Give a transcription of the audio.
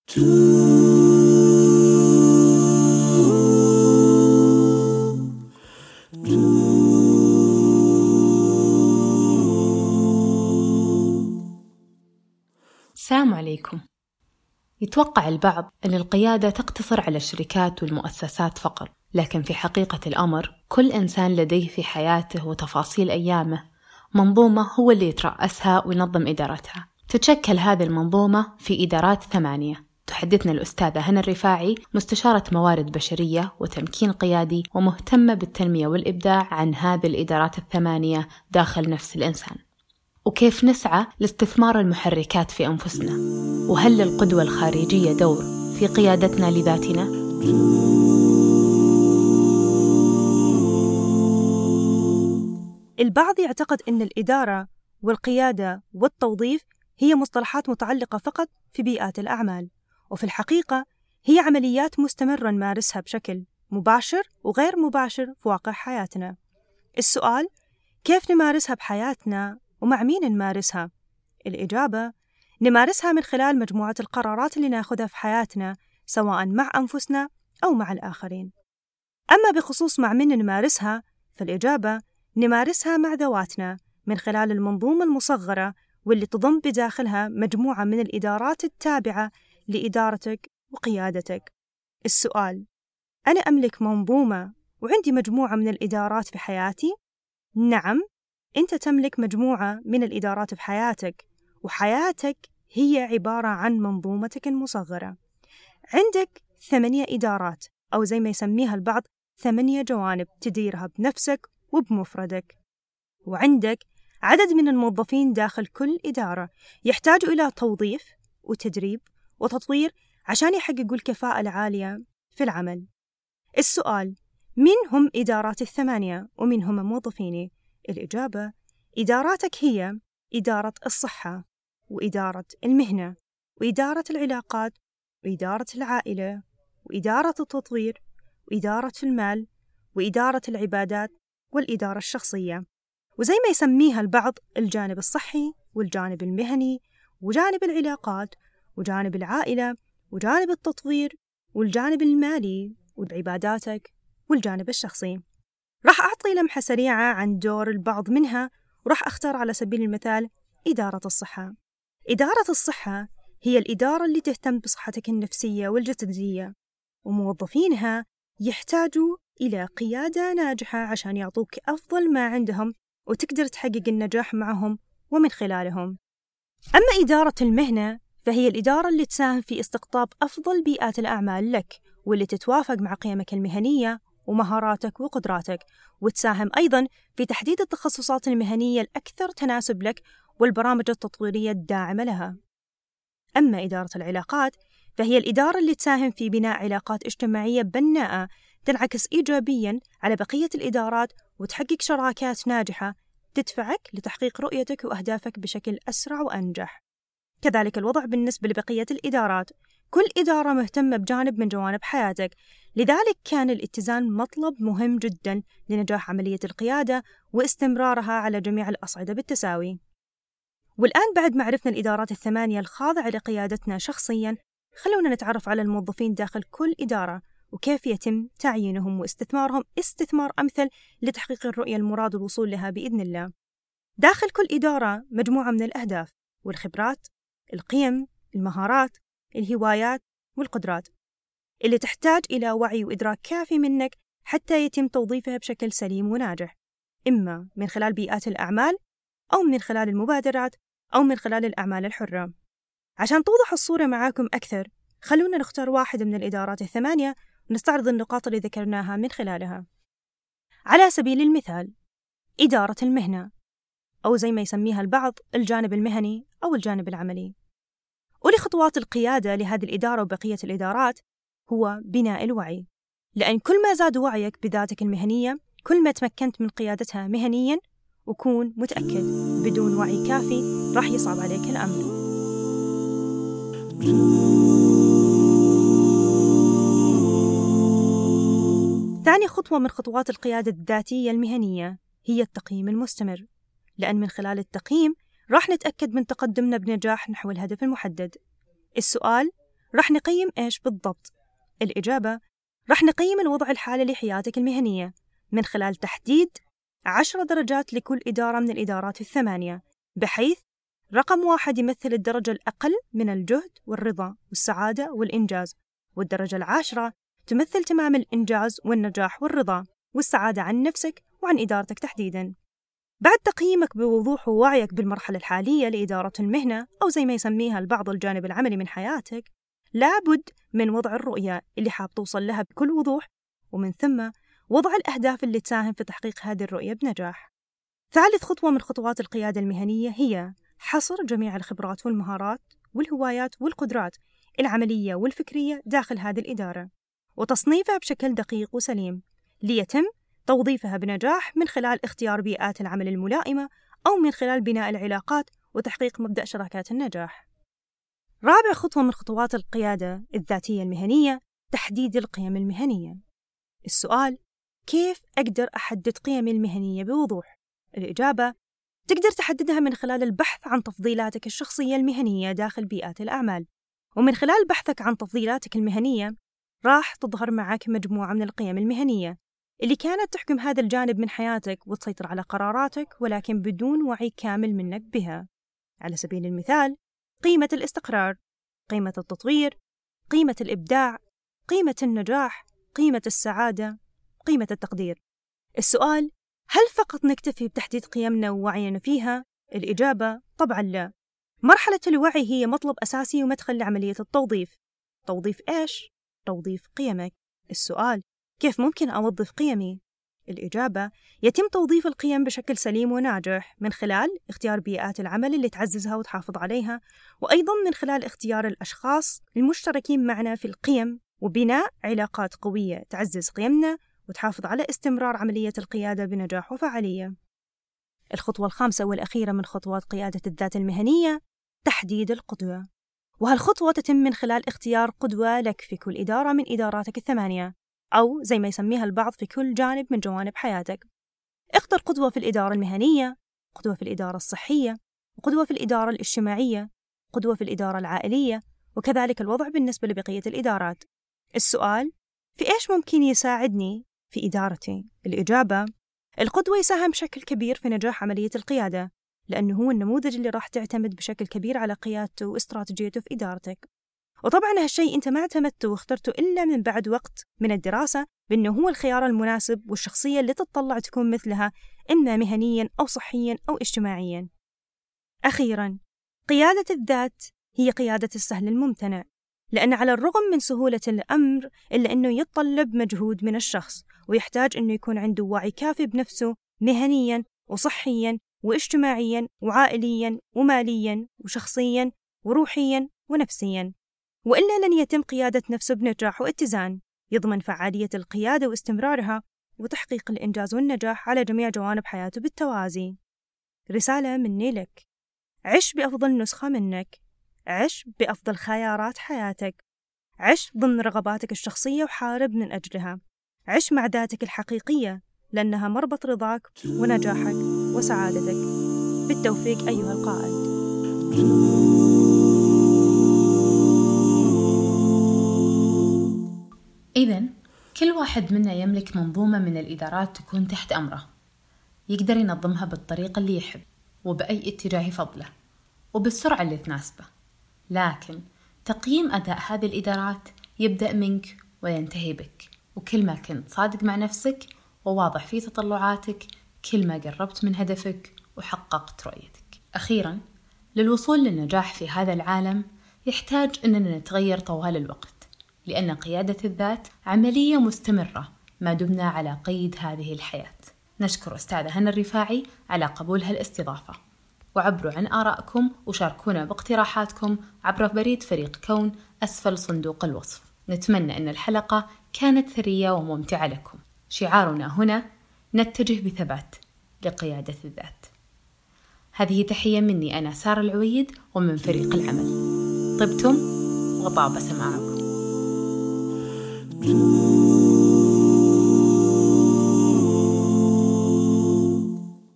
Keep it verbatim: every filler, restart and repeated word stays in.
السلام عليكم. يتوقع البعض أن القيادة تقتصر على الشركات والمؤسسات فقط، لكن في حقيقة الأمر كل إنسان لديه في حياته وتفاصيل أيامه منظومة هو اللي يترأسها وينظم إدارتها. تتشكل هذه المنظومة في إدارات ثمانية تحدثنا الأستاذة هنا الرفاعي، مستشارة موارد بشرية وتمكين قيادي ومهتمة بالتنمية والإبداع، عن هذه الإدارات الثمانية داخل نفس الإنسان، وكيف نسعى لاستثمار المحركات في أنفسنا، وهل للقدوة الخارجية دور في قيادتنا لذاتنا؟ البعض يعتقد أن الإدارة والقيادة والتوظيف هي مصطلحات متعلقة فقط في بيئات الأعمال، وفي الحقيقة هي عمليات مستمرة نمارسها بشكل مباشر وغير مباشر في واقع حياتنا. السؤال: كيف نمارسها بحياتنا ومع مين نمارسها؟ الإجابة: نمارسها من خلال مجموعة القرارات اللي ناخذها في حياتنا، سواء مع أنفسنا أو مع الآخرين. أما بخصوص مع من نمارسها، فالإجابة: نمارسها مع ذواتنا من خلال المنظومة المصغرة، واللي تضم بداخلها مجموعة من الإدارات التابعة لإدارتك وقيادتك. السؤال: أنا أملك منظومة وعندي مجموعة من الإدارات في حياتي؟ نعم، أنت تملك مجموعة من الإدارات في حياتك، وحياتك هي عبارة عن منظومتك المصغرة. عندك ثمانية إدارات، أو زي ما يسميها البعض ثمانية جوانب تديرها بنفسك وبمفردك، وعندك عدد من الموظفين داخل كل إدارة يحتاجوا إلى توظيف وتدريب وتطوير عشان يحققوا الكفاءة العالية في العمل. السؤال: من هم إدارات الثمانية ومن هم موظفيني؟ الإجابة: إداراتك هي إدارة الصحة، وإدارة المهنة، وإدارة العلاقات، وإدارة العائلة، وإدارة التطوير، وإدارة المال، وإدارة العبادات، والإدارة الشخصية، وزي ما يسميها البعض الجانب الصحي والجانب المهني وجانب العلاقات وجانب العائلة وجانب التطوير والجانب المالي وعباداتك والجانب الشخصي. راح أعطي لمحة سريعة عن دور البعض منها، وراح أختار على سبيل المثال إدارة الصحة. إدارة الصحة هي الإدارة اللي تهتم بصحتك النفسية والجسدية، وموظفينها يحتاجوا إلى قيادة ناجحة عشان يعطوك أفضل ما عندهم وتقدر تحقق النجاح معهم ومن خلالهم. أما إدارة المهنة فهي الإدارة اللي تساهم في استقطاب أفضل بيئات الأعمال لك، واللي تتوافق مع قيمك المهنية ومهاراتك وقدراتك، وتساهم أيضاً في تحديد التخصصات المهنية الأكثر تناسب لك والبرامج التطويرية الداعمة لها. أما إدارة العلاقات فهي الإدارة اللي تساهم في بناء علاقات اجتماعية بناءة تنعكس إيجابياً على بقية الإدارات، وتحقق شراكات ناجحة تدفعك لتحقيق رؤيتك وأهدافك بشكل أسرع وأنجح. كذلك الوضع بالنسبة لبقية الإدارات، كل إدارة مهتمة بجانب من جوانب حياتك، لذلك كان الاتزان مطلب مهم جداً لنجاح عملية القيادة واستمرارها على جميع الأصعدة بالتساوي. والآن بعد ما عرفنا الإدارات الثمانية الخاضعة لقيادتنا شخصياً، خلونا نتعرف على الموظفين داخل كل إدارة وكيف يتم تعيينهم واستثمارهم استثمار أمثل لتحقيق الرؤية المراد الوصول لها بإذن الله. داخل كل إدارة مجموعة من الأهداف والخبرات، القيم، المهارات، الهوايات والقدرات اللي تحتاج إلى وعي وإدراك كافي منك حتى يتم توظيفها بشكل سليم وناجح، إما من خلال بيئات الأعمال أو من خلال المبادرات أو من خلال الأعمال الحرة. عشان توضح الصورة معاكم أكثر، خلونا نختار واحدة من الإدارات الثمانية ونستعرض النقاط اللي ذكرناها من خلالها. على سبيل المثال، إدارة المهنة، أو زي ما يسميها البعض الجانب المهني أو الجانب العملي. ولخطوات القيادة لهذه الإدارة وبقية الإدارات هو بناء الوعي، لأن كل ما زاد وعيك بذاتك المهنية كل ما تمكنت من قيادتها مهنياً، وكون متأكد بدون وعي كافي راح يصعب عليك الأمر. ثاني خطوة من خطوات القيادة الذاتية المهنية هي التقييم المستمر، لأن من خلال التقييم راح نتأكد من تقدمنا بنجاح نحو الهدف المحدد. السؤال: رح نقيم إيش بالضبط؟ الإجابة: رح نقيم الوضع الحالي لحياتك المهنية من خلال تحديد عشر درجات لكل إدارة من الإدارات الثمانية، بحيث رقم واحد يمثل الدرجة الأقل من الجهد والرضا والسعادة والإنجاز، والدرجة العاشرة تمثل تمام الإنجاز والنجاح والرضا والسعادة عن نفسك وعن إدارتك تحديداً. بعد تقييمك بوضوح ووعيك بالمرحلة الحالية لإدارة المهنة، أو زي ما يسميها البعض الجانب العملي من حياتك، لابد من وضع الرؤية اللي حاب توصل لها بكل وضوح، ومن ثم وضع الأهداف اللي تساهم في تحقيق هذه الرؤية بنجاح. ثالث خطوة من خطوات القيادة المهنية هي حصر جميع الخبرات والمهارات والهوايات والقدرات العملية والفكرية داخل هذه الإدارة، وتصنيفها بشكل دقيق وسليم ليتم توظيفها بنجاح من خلال اختيار بيئات العمل الملائمة، أو من خلال بناء العلاقات وتحقيق مبدأ شراكات النجاح. رابع خطوة من خطوات القيادة الذاتية المهنية تحديد القيم المهنية. السؤال: كيف أقدر أحدد قيمي المهنية بوضوح؟ الإجابة: تقدر تحددها من خلال البحث عن تفضيلاتك الشخصية المهنية داخل بيئات الأعمال، ومن خلال بحثك عن تفضيلاتك المهنية راح تظهر معك مجموعة من القيم المهنية اللي كانت تحكم هذا الجانب من حياتك وتسيطر على قراراتك، ولكن بدون وعي كامل منك بها. على سبيل المثال: قيمة الاستقرار، قيمة التطوير، قيمة الإبداع، قيمة النجاح، قيمة السعادة، قيمة التقدير. السؤال: هل فقط نكتفي بتحديد قيمنا ووعينا فيها؟ الإجابة: طبعاً لا. مرحلة الوعي هي مطلب أساسي ومدخل لعملية التوظيف. توظيف إيش؟ توظيف قيمك. السؤال: كيف ممكن أوظف قيمي؟ الإجابة: يتم توظيف القيم بشكل سليم وناجح من خلال اختيار بيئات العمل اللي تعززها وتحافظ عليها، وأيضاً من خلال اختيار الأشخاص المشتركين معنا في القيم، وبناء علاقات قوية تعزز قيمنا وتحافظ على استمرار عملية القيادة بنجاح وفعالية. الخطوة الخامسة والأخيرة من خطوات قيادة الذات المهنية تحديد القدوة، وهالخطوة تتم من خلال اختيار قدوة لك في كل إدارة من إداراتك الثمانية، أو زي ما يسميها البعض في كل جانب من جوانب حياتك. اختر قدوة في الإدارة المهنية، قدوة في الإدارة الصحية، وقدوة في الإدارة الاجتماعية، قدوة في الإدارة العائلية، وكذلك الوضع بالنسبة لبقية الإدارات. السؤال: في إيش ممكن يساعدني في إدارتي؟ الإجابة: القدوة يساهم بشكل كبير في نجاح عملية القيادة، لأنه هو النموذج اللي راح تعتمد بشكل كبير على قيادته واستراتيجيته في إدارتك. وطبعاً هالشيء أنت ما اعتمدته واخترته إلا من بعد وقت من الدراسة بأنه هو الخيار المناسب والشخصية اللي تتطلع تكون مثلها، إما مهنياً أو صحياً أو اجتماعياً. أخيراً، قيادة الذات هي قيادة السهل الممتنع، لأن على الرغم من سهولة الأمر إلا أنه يتطلب مجهود من الشخص، ويحتاج أنه يكون عنده وعي كافي بنفسه مهنياً وصحياً واجتماعياً وعائلياً ومالياً وشخصياً وروحياً ونفسياً، وإلا لن يتم قيادة نفسه بنجاح واتزان يضمن فعالية القيادة واستمرارها وتحقيق الإنجاز والنجاح على جميع جوانب حياته بالتوازي. رسالة مني لك: عش بأفضل نسخة منك، عش بأفضل خيارات حياتك، عش ضمن رغباتك الشخصية وحارب من أجلها، عش مع ذاتك الحقيقية لأنها مربط رضاك ونجاحك وسعادتك. بالتوفيق أيها القائد. إذن كل واحد منا يملك منظومة من الإدارات تكون تحت أمره، يقدر ينظمها بالطريقة اللي يحب وبأي اتجاه يفضله وبالسرعة اللي تناسبه، لكن تقييم أداء هذه الإدارات يبدأ منك وينتهي بك، وكل ما كنت صادق مع نفسك وواضح في تطلعاتك كل ما قربت من هدفك وحققت رؤيتك. أخيراً، للوصول للنجاح في هذا العالم يحتاج أننا نتغير طوال الوقت، لأن قيادة الذات عملية مستمرة ما دمنا على قيد هذه الحياة. نشكر أستاذة هنا الرفاعي على قبولها الاستضافة، وعبروا عن آرائكم وشاركونا باقتراحاتكم عبر بريد فريق كون أسفل صندوق الوصف. نتمنى أن الحلقة كانت ثرية وممتعة لكم. شعارنا هنا: نتجه بثبات لقيادة الذات. هذه تحية مني أنا سارة العويد ومن فريق العمل. طبتم وطاب سماعكم.